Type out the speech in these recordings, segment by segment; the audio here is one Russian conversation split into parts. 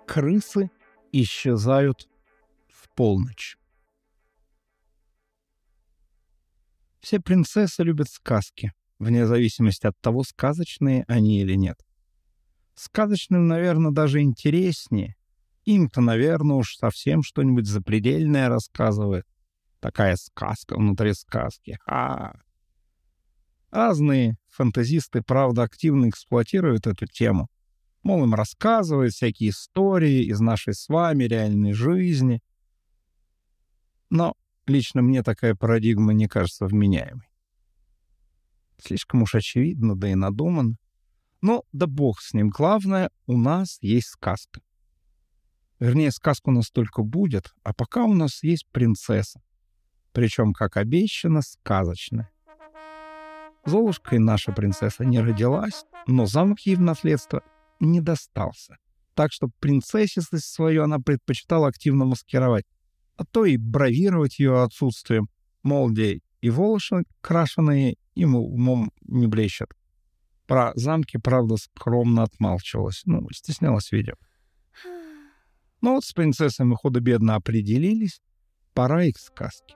Крысы исчезают в полночь. Все принцессы любят сказки, вне зависимости от того, сказочные они или нет. Сказочным, наверное, даже интереснее. Им-то, наверное, уж совсем что-нибудь запредельное рассказывает. Такая сказка внутри сказки. Разные фантазисты, правда, активно эксплуатируют эту тему. Мол, им рассказывают всякие истории из нашей с вами реальной жизни. Но лично мне такая парадигма не кажется вменяемой. Слишком уж очевидно, да и надуманно. Но да бог с ним. Главное, у нас есть сказка. Вернее, сказка у нас только будет, а пока у нас есть принцесса. Причем, как обещано, сказочная. Золушкой наша принцесса не родилась, но замок ей в наследство не достался. Так что принцессистость свою она предпочитала активно маскировать, а то и бравировать ее отсутствием. Мол, где и волосы крашеные, и умом не блещут. Про замки, правда, скромно отмалчивалась. Стеснялась, видимо. Но вот с принцессами худо-бедно определились. Пора их сказки.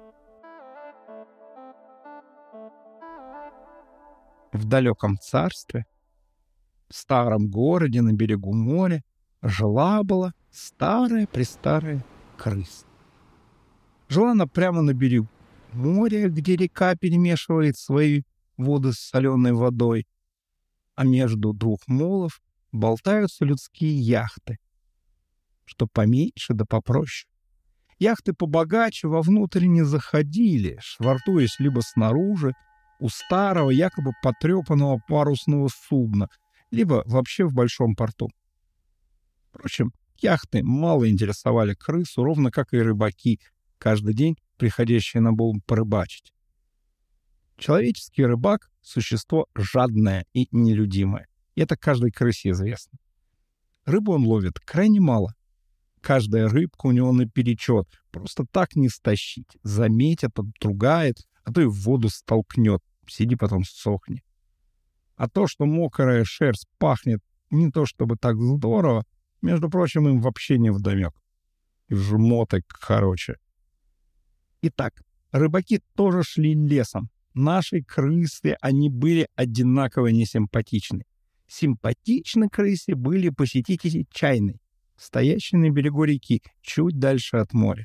В далеком царстве, в старом городе на берегу моря, жила-была старая-престарая крыса. Жила она прямо на берегу моря, где река перемешивает свои воды с соленой водой, а между двух молов болтаются людские яхты, что поменьше да попроще. Яхты побогаче вовнутрь не заходили, швартуясь либо снаружи, у старого, якобы потрепанного парусного судна, либо вообще в большом порту. Впрочем, яхты мало интересовали крысу, ровно как и рыбаки, каждый день приходящие на Болм порыбачить. Человеческий рыбак — существо жадное и нелюдимое. И это каждой крысе известно. Рыбу он ловит крайне мало. Каждая рыбка у него наперечет. Просто так не стащить. Заметит, отругает, а то и в воду столкнет. Сиди потом сохни. А то, что мокрая шерсть пахнет не то чтобы так здорово, между прочим, им вообще не вдомек. И в жмоты, короче. Итак, рыбаки тоже шли лесом. Нашей крысе они были одинаково несимпатичны. Симпатичны крысе были посетители чайной, стоящей на берегу реки, чуть дальше от моря.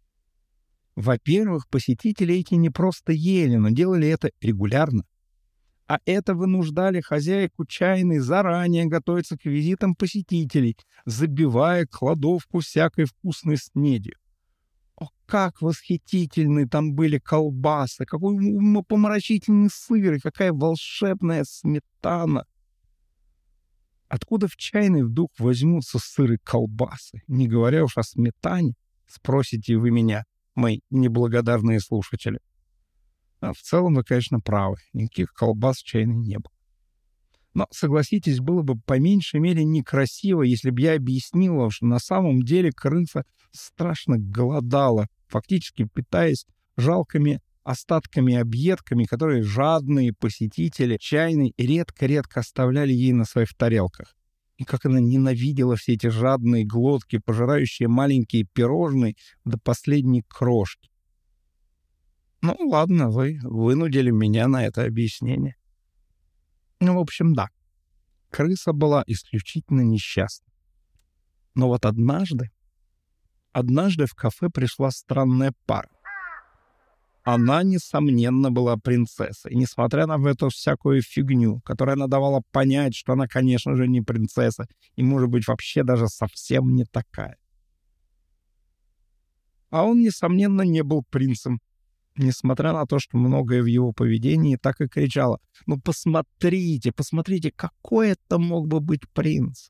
Во-первых, посетители эти не просто ели, но делали это регулярно. А это вынуждали хозяйку чайной заранее готовиться к визитам посетителей, забивая кладовку всякой вкусной снедью. О, как восхитительны там были колбасы, какой умопомрачительный сыр и какая волшебная сметана! Откуда в чайной вдруг возьмутся сыр и колбасы, не говоря уж о сметане, спросите вы меня, мои неблагодарные слушатели. А в целом вы, конечно, правы, никаких колбас в чайной не было. Но, согласитесь, было бы по меньшей мере некрасиво, если бы я объяснил вам, что на самом деле крыса страшно голодала, фактически питаясь жалкими остатками объедками, которые жадные посетители чайной редко-редко оставляли ей на своих тарелках. И как она ненавидела все эти жадные глотки, пожирающие маленькие пирожные до последней крошки. Ну, ладно, вы вынудили меня на это объяснение. В общем, да, крыса была исключительно несчастна. Но вот однажды в кафе пришла странная пара. Она, несомненно, была принцессой, несмотря на эту всякую фигню, которая она давала понять, что она, конечно же, не принцесса и, может быть, вообще даже совсем не такая. А он, несомненно, не был принцем, несмотря на то, что многое в его поведении так и кричало: «Ну, посмотрите, какой это мог бы быть принц!»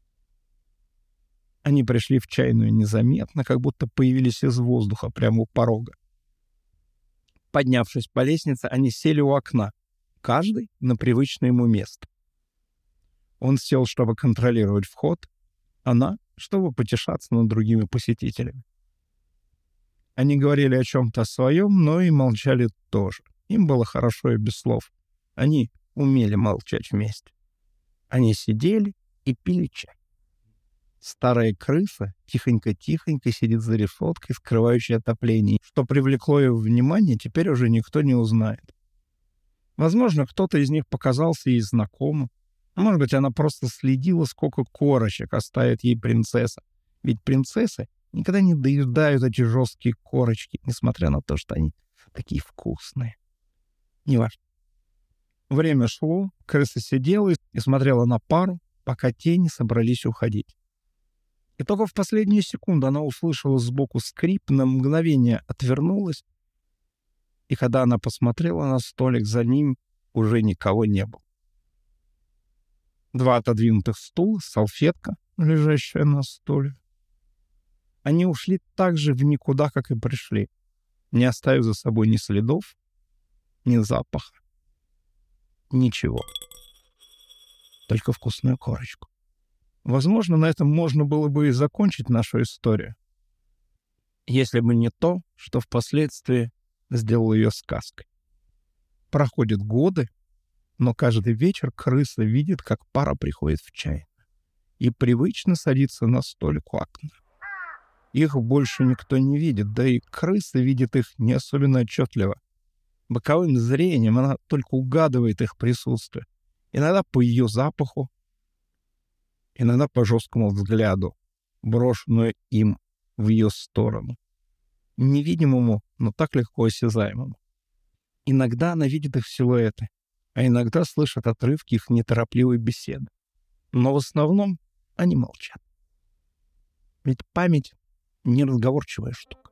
Они пришли в чайную незаметно, как будто появились из воздуха прямо у порога. Поднявшись по лестнице, они сели у окна, каждый на привычное ему место. Он сел, чтобы контролировать вход, она, чтобы потешаться над другими посетителями. Они говорили о чем-то своем, но и молчали тоже. Им было хорошо и без слов. Они умели молчать вместе. Они сидели и пили чай. Старая крыса тихонько-тихонько сидит за решеткой, скрывающей отопление. Что привлекло ее внимание, теперь уже никто не узнает. Возможно, кто-то из них показался ей знакомым. А может быть, она просто следила, сколько корочек оставит ей принцесса. Ведь принцессы никогда не доедают эти жесткие корочки, несмотря на то, что они такие вкусные. Неважно. Время шло, крыса сидела и смотрела на пару, пока те не собрались уходить. И только в последнюю секунду она услышала сбоку скрип, на мгновение отвернулась, и когда она посмотрела на столик, за ним уже никого не было. 2 отодвинутых стула, салфетка, лежащая на стуле. Они ушли так же в никуда, как и пришли, не оставив за собой ни следов, ни запаха, ничего. Только вкусную корочку. Возможно, на этом можно было бы и закончить нашу историю, если бы не то, что впоследствии сделало ее сказкой. Проходят годы, но каждый вечер крыса видит, как пара приходит в чайную и привычно садится на столик у окна. Их больше никто не видит, да и крыса видит их не особенно отчетливо. Боковым зрением она только угадывает их присутствие. Иногда по ее запаху, иногда по жесткому взгляду, брошенную им в ее сторону. Невидимому, но так легко осязаемому. Иногда она видит их силуэты, а иногда слышит отрывки их неторопливой беседы. Но в основном они молчат. Ведь память — неразговорчивая штука.